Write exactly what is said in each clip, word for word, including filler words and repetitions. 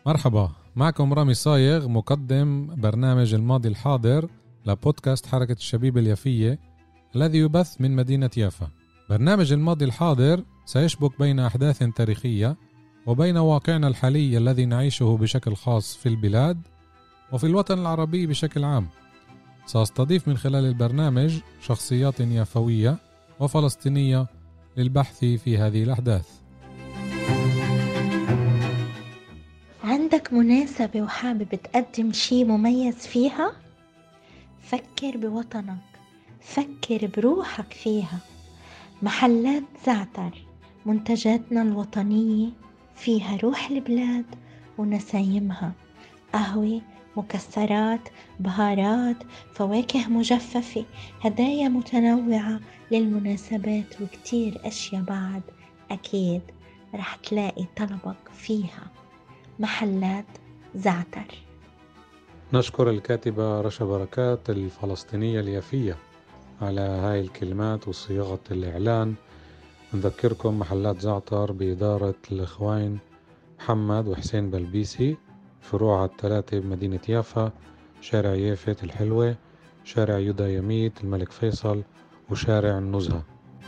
مرحبا، معكم رامي صايغ مقدم برنامج الماضي الحاضر لبودكاست حركة الشبيب اليافية الذي يبث من مدينة يافا. برنامج الماضي الحاضر سيشبك بين أحداث تاريخية وبين واقعنا الحالي الذي نعيشه بشكل خاص في البلاد وفي الوطن العربي بشكل عام. سأستضيف من خلال البرنامج شخصيات يافوية وفلسطينية للبحث في هذه الأحداث. عندك مناسبة وحابب تقدم شي مميز فيها؟ فكر بوطنك، فكر بروحك فيها. محلات زعتر منتجاتنا الوطنية فيها روح البلاد ونسايمها، قهوة، مكسرات، بهارات، فواكه مجففة، هدايا متنوعة للمناسبات وكتير أشياء بعد. أكيد رح تلاقي طلبك فيها. محلات زعتر. نشكر الكاتبة رشا بركات الفلسطينية اليافية على هاي الكلمات وصياغة الإعلان. نذكركم محلات زعتر بإدارة الإخوين محمد وحسين بلبيسي، فروعها الثلاثة بمدينة يافا، شارع يافت الحلوة، شارع يودا يميت الملك فيصل، وشارع النزهة.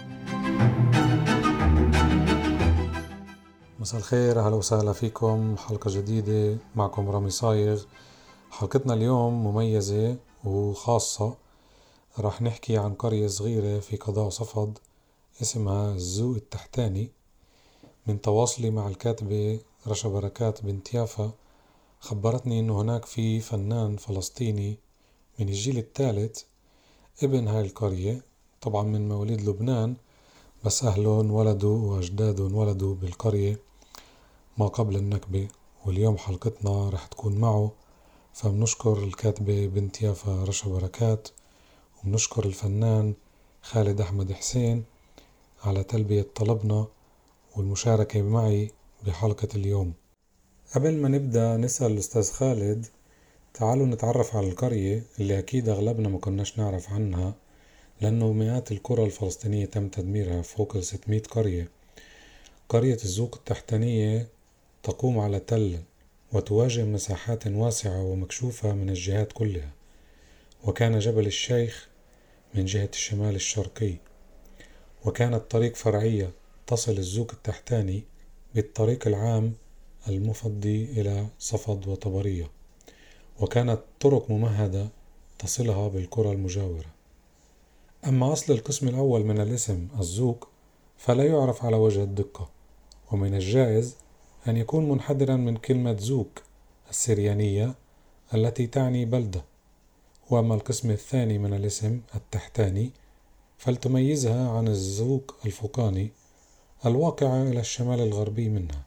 مساء الخير، أهلا وسهلا فيكم حلقة جديدة. معكم رامي صايغ. حلقتنا اليوم مميزة وخاصة، راح نحكي عن قرية صغيرة في قضاء صفد اسمها الزوق التحتاني. من تواصلي مع الكاتبة رشا بركات بنت يافا خبرتني انه هناك في فنان فلسطيني من الجيل الثالث ابن هاي القرية، طبعا من مواليد لبنان، بس أهلهم ولدوا وأجدادهم ولدوا بالقرية ما قبل النكبة، واليوم حلقتنا رح تكون معه. فبنشكر الكاتبة بنت يافا رشا بركات، وبنشكر الفنان خالد أحمد حسين على تلبية طلبنا والمشاركة معي بحلقة اليوم. قبل ما نبدأ نسأل الأستاذ خالد، تعالوا نتعرف على القرية اللي أكيد أغلبنا ما كناش نعرف عنها، لأنه مئات القرى الفلسطينية تم تدميرها، فوق ستمائة قرية. قرية الزوق التحتانية تقوم على تل وتواجه مساحات واسعة ومكشوفة من الجهات كلها، وكان جبل الشيخ من جهة الشمال الشرقي، وكانت طريق فرعية تصل الزوق التحتاني بالطريق العام المفضي إلى صفد وطبرية، وكانت طرق ممهدة تصلها بالقرى المجاورة. أما أصل القسم الأول من الاسم الزوق فلا يعرف على وجه الدقة، ومن الجائز أن يكون منحدرا من كلمة زوق السريانية التي تعني بلدة. وأما القسم الثاني من الاسم التحتاني فلتميزها عن الزوق الفوقاني الواقع إلى الشمال الغربي منها.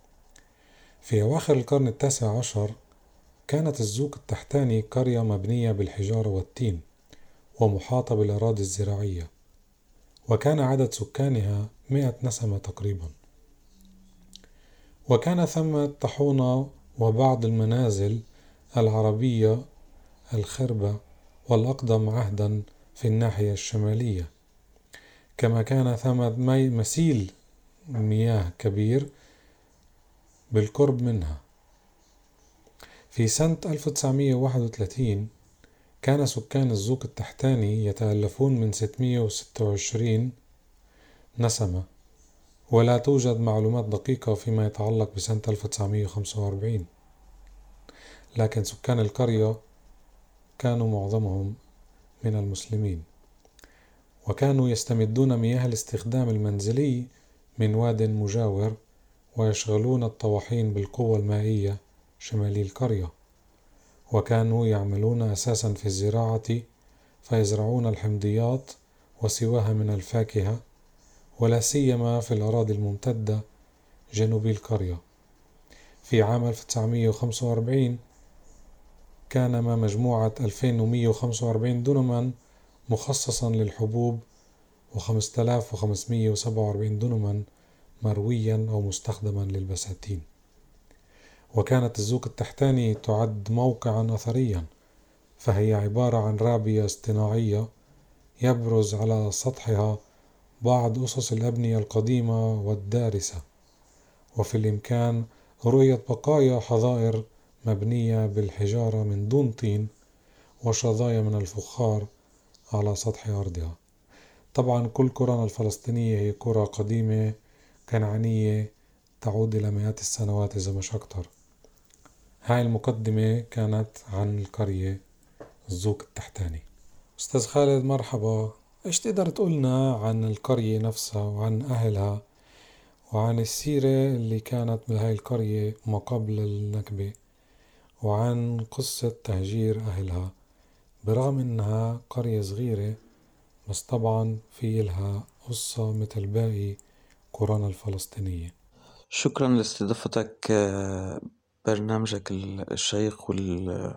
في أواخر القرن التاسع عشر كانت الزوق التحتاني قرية مبنية بالحجارة والتين ومحاطة بالأراضي الزراعية، وكان عدد سكانها مئة نسمة تقريبا، وكان ثم طحونة وبعض المنازل العربية الخربة والأقدم عهدا في الناحية الشمالية، كما كان ثم مسيل مياه كبير بالقرب منها. في سنة ألف وتسعمائة وواحد وثلاثين كان سكان الزوق التحتاني يتألفون من ستمائة وستة وعشرين نسمة، ولا توجد معلومات دقيقة فيما يتعلق بسنة ألف وتسعمائة وخمسة وأربعين، لكن سكان القرية كانوا معظمهم من المسلمين، وكانوا يستمدون مياه الاستخدام المنزلي من واد مجاور، ويشغلون الطواحين بالقوة المائية شمالي القرية، وكانوا يعملون أساسا في الزراعة، فيزرعون الحمضيات وسواها من الفاكهة، ولا سيما في الأراضي الممتدة جنوبي القرية. في عام ألف وتسعمائة وخمسة وأربعين كان ما مجموعة ألفين ومئة وخمسة وأربعين دنما مخصصا للحبوب وخمسة آلاف وخمسمائة وسبعة وأربعين دنما مرويا أو مستخدما للبساتين. وكانت الزوق التحتاني تعد موقعا أثريا، فهي عبارة عن رابية اصطناعية يبرز على سطحها بعض أسس الأبنية القديمة والدارسة، وفي الإمكان رؤية بقايا حظائر مبنية بالحجارة من دون طين وشظايا من الفخار على سطح أرضها. طبعا كل قرانا الفلسطينية هي قرى قديمة كنعانية تعود إلى مئات السنوات إذا مش أكتر. هاي المقدمة كانت عن القرية الزوق التحتاني. أستاذ خالد مرحبا، إيش تقدر تقولنا عن القرية نفسها وعن أهلها وعن السيرة اللي كانت بهاي القرية ما قبل النكبة وعن قصة تهجير أهلها، برغم إنها قرية صغيرة بس طبعا في إلها قصة مثل باقي قرانا الفلسطينية. شكرا لاستضافتك برنامجك الشيق وال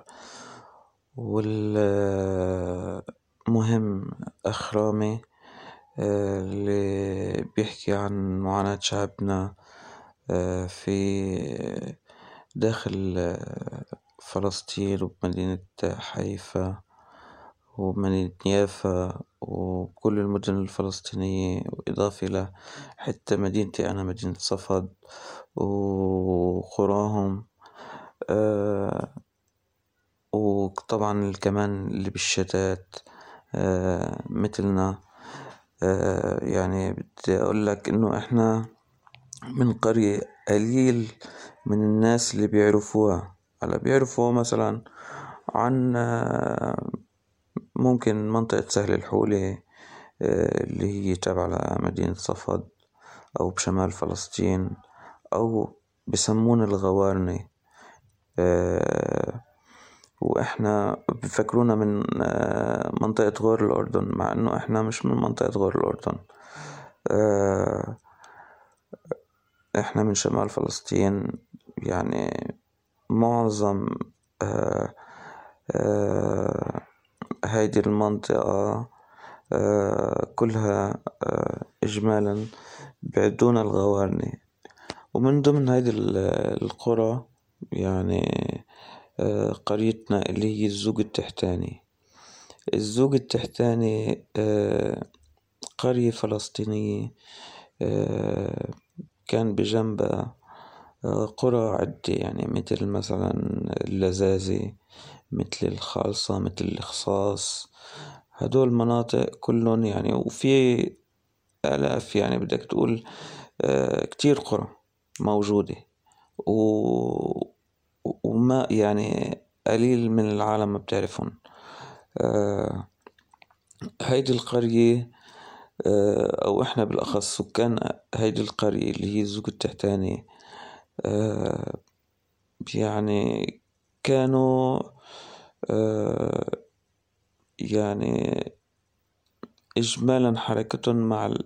والمهم أخ رامي اللي بيحكي عن معاناة شعبنا في داخل فلسطين وبمدينة حيفا ومدينة يافا وكل المدن الفلسطينية، وإضافة إلى حتى مدينتي أنا مدينة صفد وقراهم، آه وطبعا كمان اللي بالشتات آه مثلنا. آه يعني بدي أقول لك إنه إحنا من قرية قليل من الناس اللي بيعرفوها. هلا بيعرفوا مثلا عن آه ممكن منطقة سهل الحولة اللي هي تابعة لمدينة صفد أو بشمال فلسطين، أو بسمون الغوارنة، وإحنا بفكرونا من منطقة غور الأردن، مع إنه إحنا مش من منطقة غور الأردن. إحنا من شمال فلسطين. يعني معظم هيدي المنطقة كلها إجمالا بعدون الغوارنة. ومن ضمن هيدي القرى يعني قريتنا اللي هي الزوق التحتاني. الزوق التحتاني قرية فلسطينية كان بجنبها قرى عدة، يعني مثل مثلا اللزازة، مثل الخالصة، مثل الخصاص. هدول مناطق كلهم يعني، وفي آلاف يعني بدك تقول آه كتير قرى موجودة، و... وما يعني قليل من العالم ما بتعرفهم. آه هيدي القرية آه أو إحنا بالأخص سكان هيدي القرية اللي هي الزوق التحتاني آه يعني كانوا آه يعني إجمالا حركتهم مع ال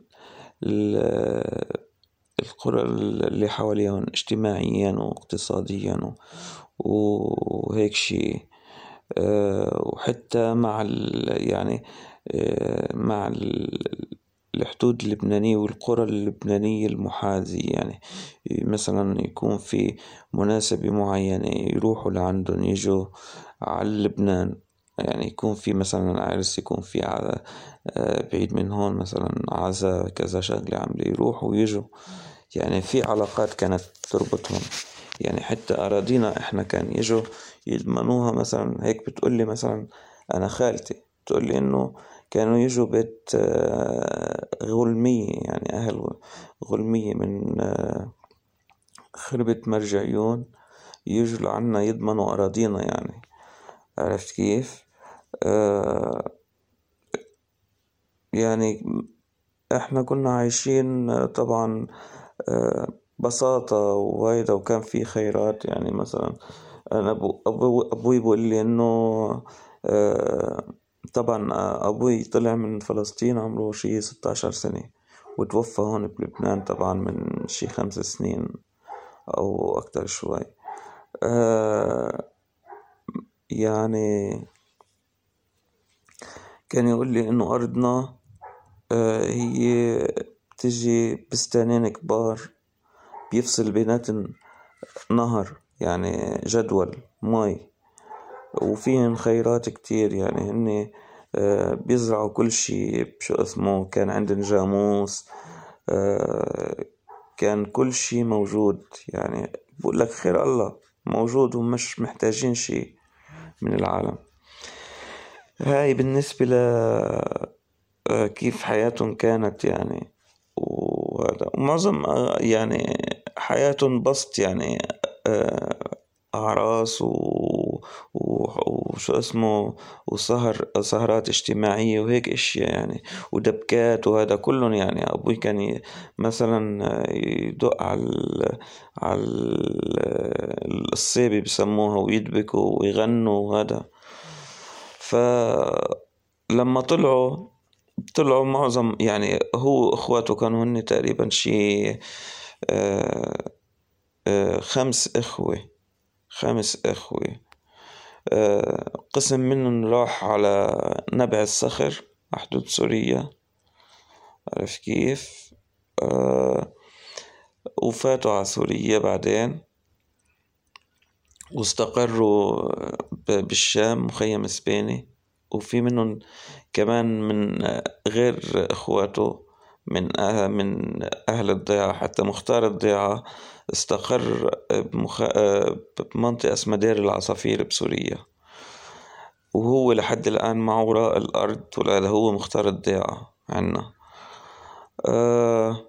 القرى اللي حواليهم اجتماعيا واقتصاديا وهيك شيء، وحتى مع يعني مع الحدود اللبنانية والقرى اللبنانية المحاذية. يعني مثلا يكون في مناسبة معينة يروحوا لعندهم، يجوا على لبنان. يعني يكون في مثلا عرس، يكون في على بعيد من هون مثلا عزا، كذا شغلة عملي، يروحوا ويجوا. يعني في علاقات كانت تربطهم. يعني حتى أراضينا إحنا كان يجوا يضمنوها. مثلا هيك بتقولي مثلا أنا خالتي تقولي إنه كانوا يجوا بيت غلمية، يعني أهل غلمية من خربة مرجعيون، يجوا لعنا يضمنوا أراضينا. يعني عرفت كيف؟ آه يعني إحنا كنا عايشين طبعا آه بساطة وهيدا، وكان في خيرات. يعني مثلا أنا أبو أبو أبوي بيقول لي إنه آه طبعا أبوي طلع من فلسطين عمره شي ستة عشر سنة، وتوفى هون بلبنان طبعا من شي خمس سنين أو أكتر شوي. آه يعني كان يقول لي إنه أرضنا آه هي تجي بستانين كبار بيفصل بيناتن نهر، يعني جدول مي، وفيهن خيرات كتير. يعني هن آه بيزرعوا كل شي بشو اسمه. كان عندن جاموس، آه كان كل شي موجود. يعني بقول لك خير الله موجود ومش محتاجين شيء من العالم. هاي بالنسبة ل كيف حياتهم كانت يعني، وهذا ومعظم يعني حياتهم بسط يعني أعراس و... و... وشو اسمه وسهر سهرات اجتماعية وهيك اشياء يعني، ودبكات وهذا كلهم يعني. ابوي كان ي... مثلا يدق على ال... على ال... الصيبة بسموها ويدبكوا ويغنوا وهذا. فلما طلعوا طلعوا معظم يعني هو اخواته كانوا هن تقريبا شي آه آه خمس اخوة خمس اخوة آه قسم منهم راح على نبع الصخر حدود سوريا، عرف كيف؟ آه وفاتوا على سوريا بعدين واستقروا بالشام مخيم سبيني. وفي منهم كمان من غير اخواته من أهل من اهل الضيعة، حتى مختار الضيعة استقر بمخ... بمنطقة اسمها دير العصافير بسوريا، وهو لحد الآن معه وراء الأرض، ولا هو مختار الضيعة عنا. أه...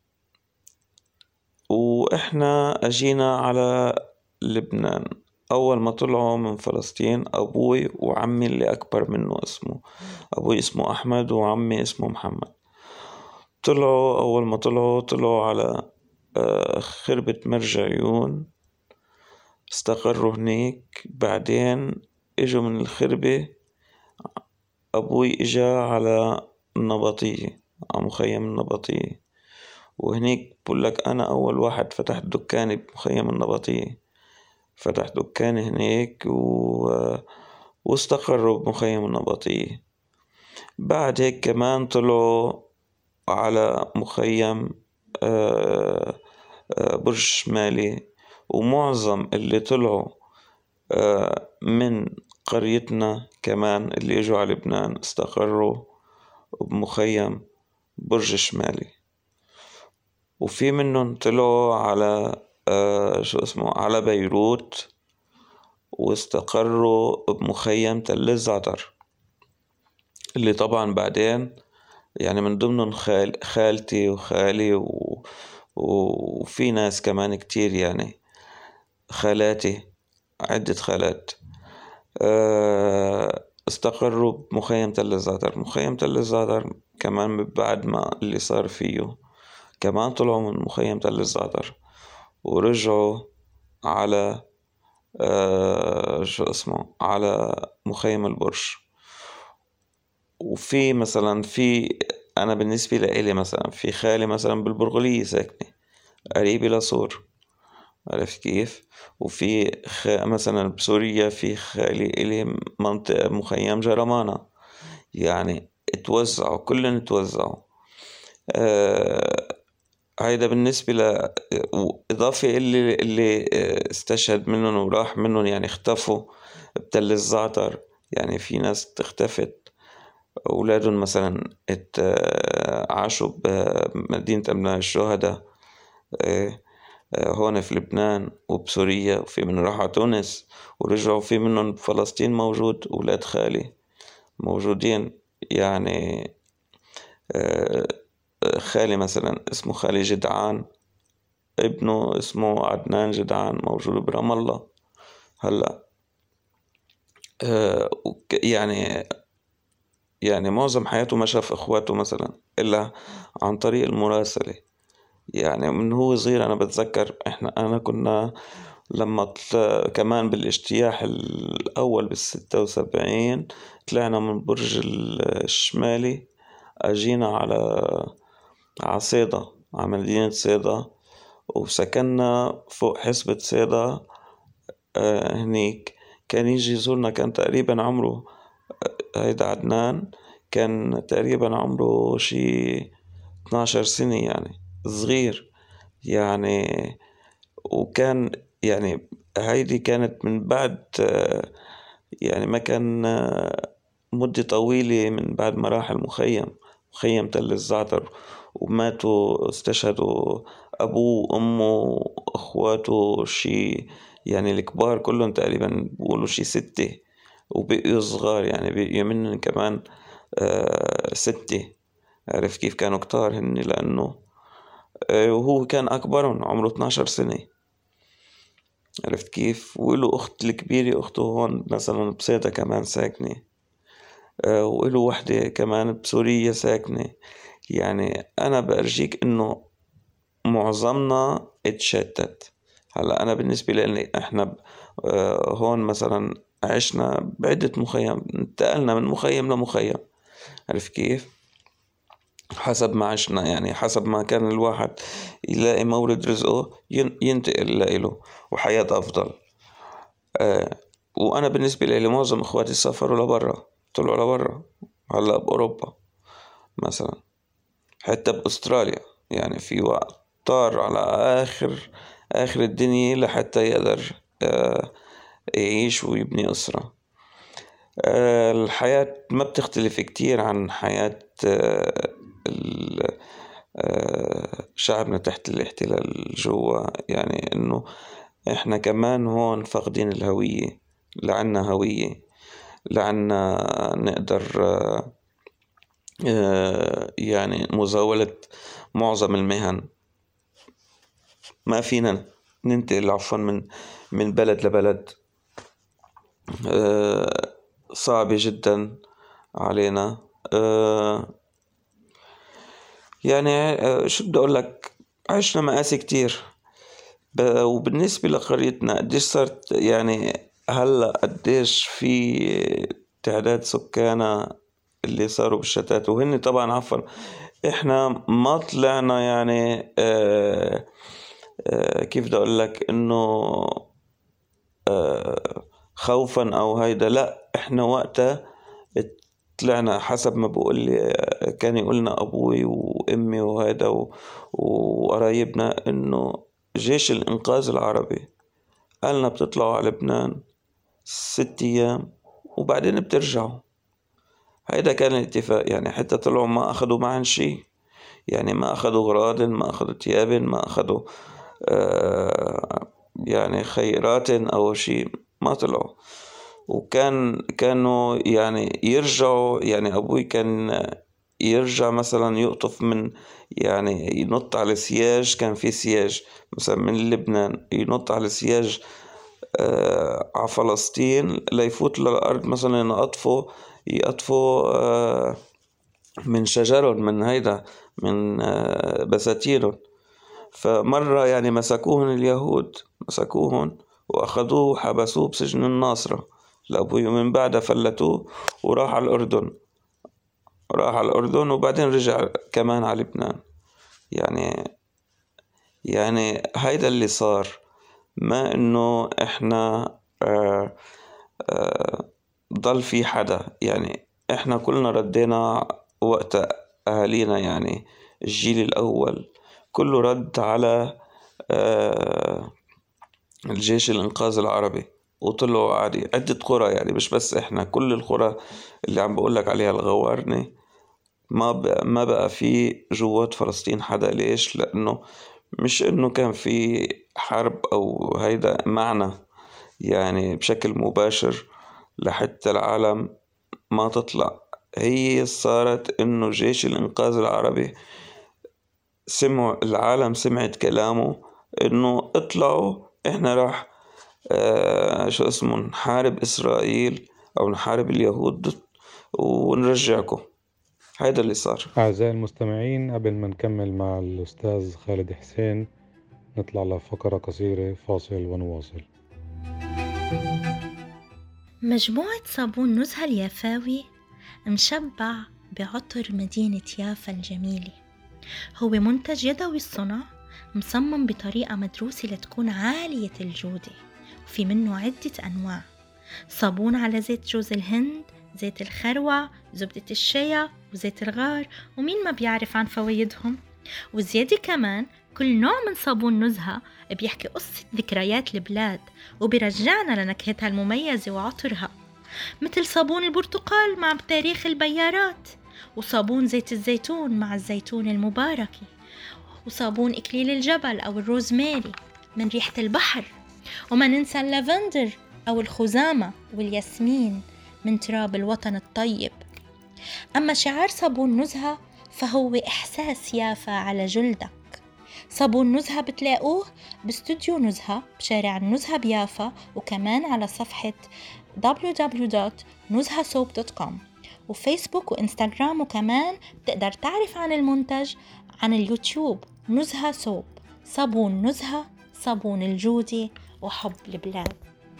وإحنا أجينا على لبنان أول ما طلعوا من فلسطين. أبوي وعمي اللي أكبر منه اسمه أبوي اسمه أحمد وعمي اسمه محمد. طلعوا أول ما طلعوا طلعوا على خربة مرج عيون، استقروا هناك. بعدين إجوا من الخربة، أبوي إجا على النبطية، على مخيم النبطية، وهناك بقول لك أنا أول واحد فتح دكاني بمخيم النبطية. فتح دكاني هناك و... واستقروا بمخيم النبطية. بعد هيك كمان طلعوا على مخيم برج شمالي. ومعظم اللي طلعوا من قريتنا كمان اللي اجوا على لبنان استقروا بمخيم برج شمالي. وفي منهم طلعوا على شو اسمه على بيروت واستقروا بمخيم تل الزعتر، اللي طبعا بعدين يعني من ضمنهم خال خالتي وخالي و... وفي ناس كمان كتير يعني خالاتي، عدة خالات استقروا بمخيم تل الزعتر. مخيم تل الزعتر كمان بعد ما اللي صار فيه كمان طلعوا من مخيم تل الزعتر ورجعوا على آه شو اسمه على مخيم البرج. وفي مثلا في أنا بالنسبة لإلي مثلا في خالي مثلا بالبرغلية ساكنة قريبة لصور، عرفت كيف؟ وفي خ... مثلا بسوريا في خالي إلي منطقة مخيم جرمانة، يعني اتوزعوا كلهم اتوزعوا. أه... هيدا بالنسبة ل إضافة اللي اللي استشهد منهم وراح منهم يعني اختفوا بتل الزعتر. يعني في ناس اختفت أولادهم مثلا عاشوا بمدينة أبناء الشهداء هون في لبنان وبسوريا، وفي من راحوا تونس ورجعوا. في منهم بفلسطين موجود أولاد خالي موجودين يعني. خالي مثلا اسمه خالي جدعان، ابنه اسمه عدنان جدعان موجود برام الله هلأ. يعني يعني معظم حياته ما شاف إخواته مثلا إلا عن طريق المراسلة. يعني من هو صغير أنا بتذكر إحنا أنا كنا لما طلع كمان بالاجتياح الأول بالستة وسبعين طلعنا من برج الشمالي أجينا على على صيدا، على مدينة صيدا، وسكننا فوق حسبة صيدا. آه هنيك كان يجي يزورنا، كان تقريبا عمره هيدا عدنان كان تقريبا عمره شي اثناشر سنة يعني صغير يعني. وكان يعني هيدي كانت من بعد يعني ما كان مدة طويلة من بعد ما راح المخيم مخيم تل الزعتر وماتوا استشهدوا أبوه وأمه أخواته شي يعني الكبار كلهم تقريبا بيقولوا شي ستة، وبقيوا صغار يعني بقيوا منهم كمان آه ستة. عرف كيف كانوا كتار هن، لأنه آه وهو كان أكبرهم عمره اثناشر سنة. عرفت كيف؟ وله أخت الكبيرة أخته هون مثلا بصيدا كمان ساكنة، آه وله وحدة كمان بسوريا ساكنة. يعني أنا بأرجيك إنه معظمنا اتشتت. هلا أنا بالنسبة لي إحنا آه هون مثلا عشنا بعدة مخيم، انتقلنا من مخيم لمخيم. عرف كيف؟ حسب ما عشنا، يعني حسب ما كان الواحد يلاقي مورد رزقه ينتقل له وحياة أفضل. آه وأنا بالنسبة لي معظم إخواتي سافروا لبرا، طلعوا لبرا. هلا بأوروبا مثلا، حتى بأستراليا، يعني في وقت طار على آخر آخر الدنيا لحتى يقدر آه يعيش ويبني أسرة. آه الحياة ما بتختلف كتير عن حياة آه شعبنا تحت الاحتلال جوا. يعني إنه إحنا كمان هون فاقدين الهوية. لعنا هوية، لعنا نقدر يعني مزاولة معظم المهن. ما فينا ننتقل عفوا من من بلد لبلد، صعبة جدا علينا. يعني شو بدي أقول لك، عشنا مآسي كتير. وبالنسبة لقريتنا قديش صارت يعني هلأ قديش في تعداد سكانها اللي صاروا بالشتات، وهن طبعا عفوا احنا ما طلعنا يعني آآ آآ كيف بدي أقول لك إنه خوفا أو هيدا، لا احنا وقتها طلعنا حسب ما بقول لي كان يقولنا أبوي وأمي وهيدا وقرايبنا إنه جيش الإنقاذ العربي قالنا بتطلعوا على لبنان ست أيام وبعدين بترجعوا. هيدا كان الاتفاق. يعني حتى طلعوا ما أخذوا معن شي، يعني ما أخذوا غراض، ما أخذوا تياب، ما أخذوا آه يعني خيرات أو شي، ما طلعوا. وكان كانوا يعني يرجعوا، يعني أبوي كان يرجع مثلا يقطف من يعني ينط على سياج، كان في سياج مثلا من لبنان ينط على سياج آه على فلسطين ليفوت للأرض مثلا يقطفوا يقطفوا آه من شجرهم، من هيدا من آه بساتينهم. فمرة يعني مسكوهن اليهود، مسكوهن وأخذوه وحبسوه بسجن الناصرة لأبوي، ومن بعدها فلتوه وراح على الأردن. راح على الأردن وبعدين رجع كمان على لبنان. يعني يعني هيدا اللي صار، ما إنه إحنا آه آه ضل في حدا. يعني إحنا كلنا ردينا وقت أهالينا، يعني الجيل الأول كله رد على آه الجيش الإنقاذ العربي، وطلعوا عادي عدة قرى، يعني مش بس إحنا، كل القرى اللي عم بقولك عليها الغوارنة ما بقى ما بقى في جوات فلسطين حدا. ليش؟ لأنه مش إنه كان في حرب أو هيدا معنا يعني بشكل مباشر لحتى العالم ما تطلع. هي صارت إنه جيش الإنقاذ العربي سمعوا، العالم سمعت كلامه إنه اطلعوا إحنا راح آه شو اسمه نحارب إسرائيل أو نحارب اليهود ونرجعكم. هيدا اللي صار. أعزائي المستمعين، قبل ما نكمل مع الأستاذ خالد حسين نطلع لفقرة قصيرة، فاصل ونواصل. مجموعة صابون نزهة اليافاوي مشبع بعطر مدينة يافا الجميلة. هو منتج يدوي الصنع مصمم بطريقة مدروسة لتكون عالية الجودة، وفي منه عدة أنواع: صابون على زيت جوز الهند، زيت الخروع، زبدة الشيا وزيت الغار، ومين ما بيعرف عن فوائدهم. وزيادة كمان كل نوع من صابون نزهة بيحكي قصة ذكريات البلاد وبيرجعنا لنكهتها المميزة وعطرها، مثل صابون البرتقال مع تاريخ البيارات، وصابون زيت الزيتون مع الزيتون المباركة، وصابون إكليل الجبل أو الروزماري من ريحة البحر، وما ننسى اللافندر أو الخزامة والياسمين من تراب الوطن الطيب. أما شعار صابون نزهة فهو إحساس يافا على جلدك. صابون نزهة بتلاقوه باستوديو نزهة بشارع النزهة بيافا، وكمان على صفحة دبليو دبليو دبليو دوت نزهة صوب دوت كوم، وفيسبوك وإنستغرام، وكمان تقدر تعرف عن المنتج عن اليوتيوب نزهة صوب. صابون نزهة، صابون الجودة وحب البلاد.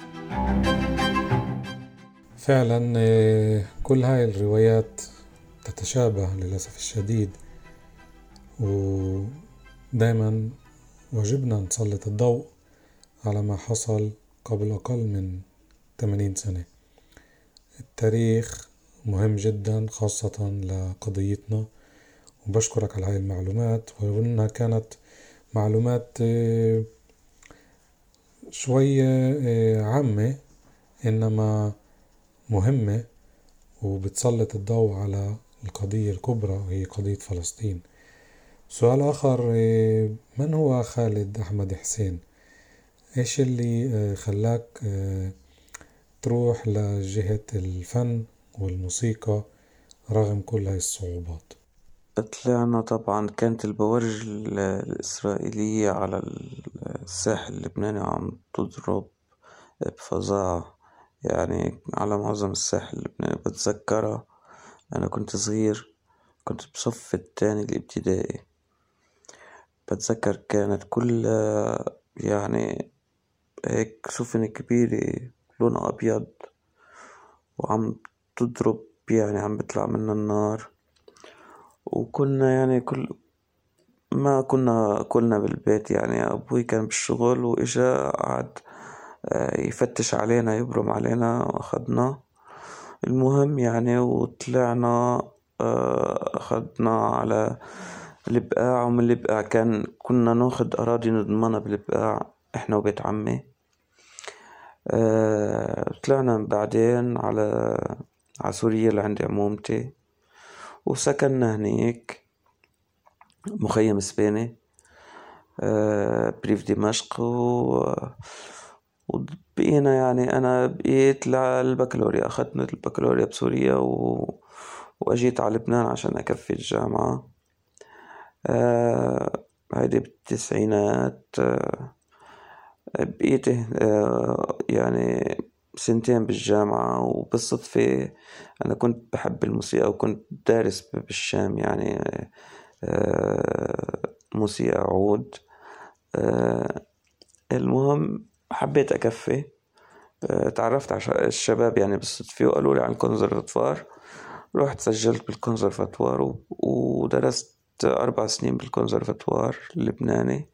فعلا كل هاي الروايات تتشابه للأسف الشديد، ودائما واجبنا نسلط الضوء على ما حصل قبل أقل من ثمانين سنة. التاريخ مهم جدا خاصة لقضيتنا، وبشكرك على هاي المعلومات، وإنها كانت معلومات شوية عامة إنما مهمة، وبتسلط الضوء على القضية الكبرى وهي قضية فلسطين. سؤال آخر، من هو خالد أحمد حسين؟ إيش اللي خلاك تروح لجهة الفن والموسيقى رغم كل هاي الصعوبات؟ طلعنا طبعا كانت البوارج الإسرائيلية على الساحل اللبناني عم تضرب بفظاعة، يعني على معظم الساحل اللبناني. بتذكرها أنا كنت صغير، كنت بصف الثاني الابتدائي. بتذكر كانت كل يعني هيك سفن كبيرة لونها أبيض وعم تضرب، يعني عم بيطلع منها النار. وكنا يعني كل ما كنا كلنا بالبيت، يعني أبوي كان بالشغل وإجا قعد يفتش علينا يبرم علينا وأخدنا. المهم يعني وطلعنا أخدنا على البقاع، ومن البقاع كان كنا ناخد أراضي نضمنها بالبقاع إحنا وبيت عمي. طلعنا بعدين على على سوريا اللي عند عمومتي، وسكننا هناك مخيم سباني بريف دمشق. و... وبقينا يعني أنا بقيت للبكالوريا، أخذت البكالوريا بسوريا و... وأجيت على لبنان عشان أكفي الجامعة. آه... هيدي بالتسعينات. آه... بقيت آه... يعني سنتين بالجامعة، وبالصدفة أنا كنت بحب الموسيقى وكنت دارس بالشام، يعني آه... موسيقى عود. آه... المهم حبيت أكفي. آه... تعرفت على الشباب يعني بالصدفة وقالوا لي عن الكونسرفتوار. رحت سجلت بالكونسرفتوار و... ودرست أربع سنين بالكونسرفتوار اللبناني.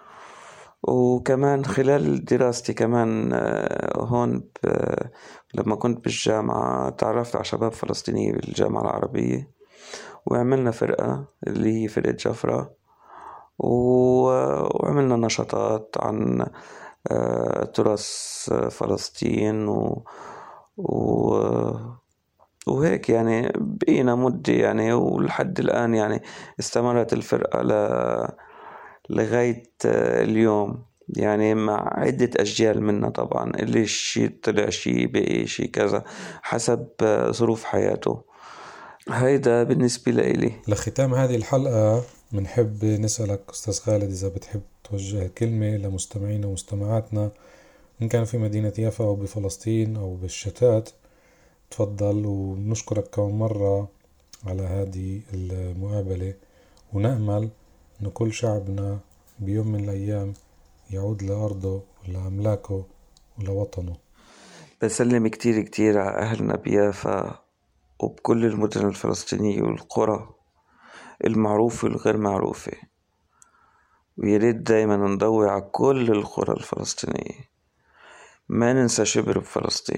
وكمان خلال دراستي كمان هون ب... لما كنت بالجامعة تعرفت على شباب فلسطينية بالجامعة العربية، وعملنا فرقة اللي هي فرقة جفرة، و... وعملنا نشاطات عن تراث فلسطين و... و... وهيك يعني بقينا مدة يعني، ولحد الآن يعني استمرت الفرقة ل... لغاية اليوم، يعني مع عدة أجيال منا طبعا، اللي شي طلع شي بقي شي كذا حسب ظروف حياته. هيدا بالنسبة لإلي. لختام هذه الحلقة منحب نسألك أستاذ خالد إذا بتحب توجه كلمة لمستمعينا ومستمعاتنا إن كان في مدينة يافا أو بفلسطين أو بالشتات. تفضل، ونشكرك كم مرة على هذه المقابلة، ونأمل أن كل شعبنا بيوم من الأيام يعود لأرضه ولأملاكه ولوطنه. بسلم كتير كتير على أهلنا بيافا وبكل المدن الفلسطينية والقرى المعروفة والغير معروفة، ويريد دايما نضوي على كل القرى الفلسطينية، ما ننسى شبر بفلسطين،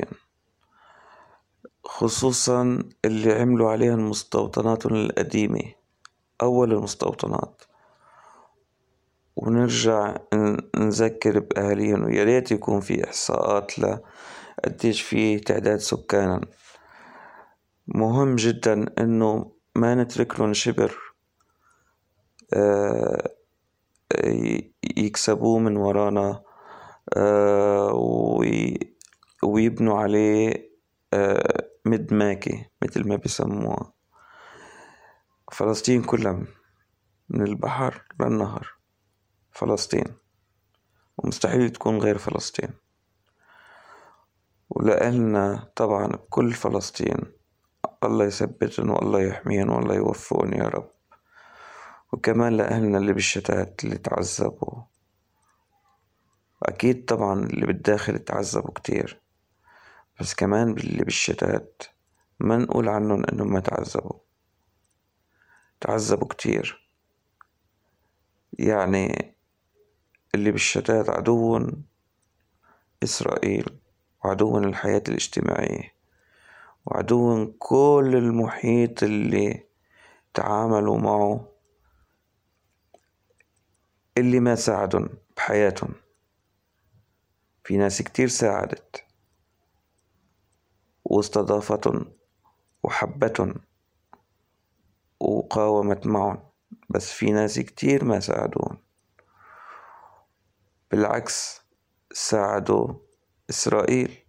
خصوصا اللي عملوا عليها المستوطنات القديمة أول المستوطنات، ونرجع نذكر بأهاليهم. وياريت يكون في إحصاءات لقديش في تعداد سكانا. مهم جدا إنه ما نترك لهم شبر. آه يكسبوه من ورانا ويبنوا عليه مدماكي مثل ما بيسموها. فلسطين كلها من البحر للنهر فلسطين، ومستحيل تكون غير فلسطين. ولأهلنا طبعا بكل فلسطين الله يثبتن والله يحميهم والله يوفقهم يا رب. وكمان لأهلنا اللي بالشتات اللي تعذبوا، أكيد طبعا اللي بالداخل تعذبوا كتير، بس كمان اللي بالشتات ما نقول عنهم إنهم ما تعذبوا، تعذبوا كتير. يعني اللي بالشتات عدو إسرائيل، وعدو الحياة الاجتماعية، وعدو كل المحيط اللي تعاملوا معه، اللي ما ساعدهم بحياتهم. في ناس كتير ساعدت واستضافتهم وحبتهم وقاومت معهم، بس في ناس كتير ما ساعدون، بالعكس ساعدوا إسرائيل.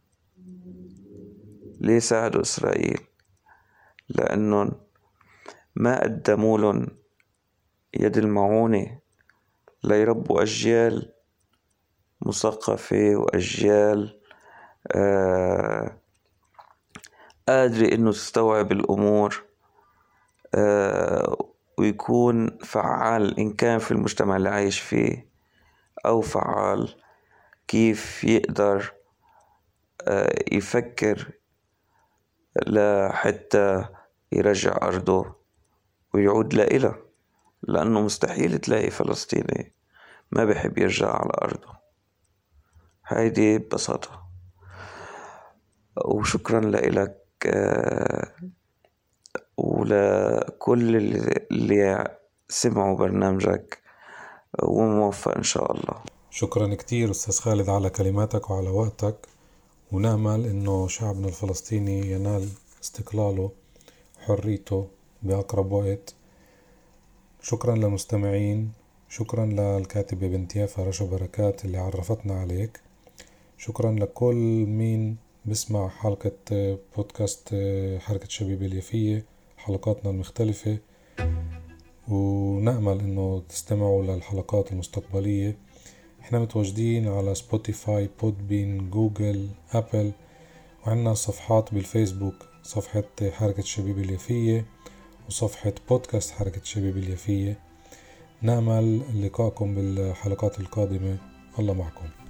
ليه ساعدوا إسرائيل؟ لأنهم ما قدموا لهم يد المعونة ليربوا أجيال مثقفة وأجيال آه قادرة إنه تستوعب الأمور آه ويكون فعال إن كان في المجتمع اللي عايش فيه، أو فعال كيف يقدر آه يفكر لحتى يرجع أرضه ويعود لإله، لأنه مستحيل تلاقي فلسطيني ما بيحب يرجع على أرضه. هيدي ببساطة. وشكرا لإلك ولكل اللي سمعوا برنامجك، وموفق إن شاء الله. شكرا كتير أستاذ خالد على كلماتك وعلى وقتك، ونأمل إنه شعبنا الفلسطيني ينال استقلاله وحريته بأقرب وقت. شكرا للمستمعين، شكرا للكاتبة بنت يافا رشا بركات اللي عرفتنا عليك. شكرا لكل مين بسمع حلقة بودكاست حركة شبيب اليافية، حلقاتنا المختلفة، ونأمل إنه تستمعوا للحلقات المستقبلية. إحنا متواجدين على سبوتيفاي، بودبين، جوجل، أبل، وعندنا صفحات بالفيسبوك، صفحة حركة شبيب اليافية وصفحة بودكاست حركة شبيب اليافية. نأمل لقاءكم بالحلقات القادمة. الله معكم.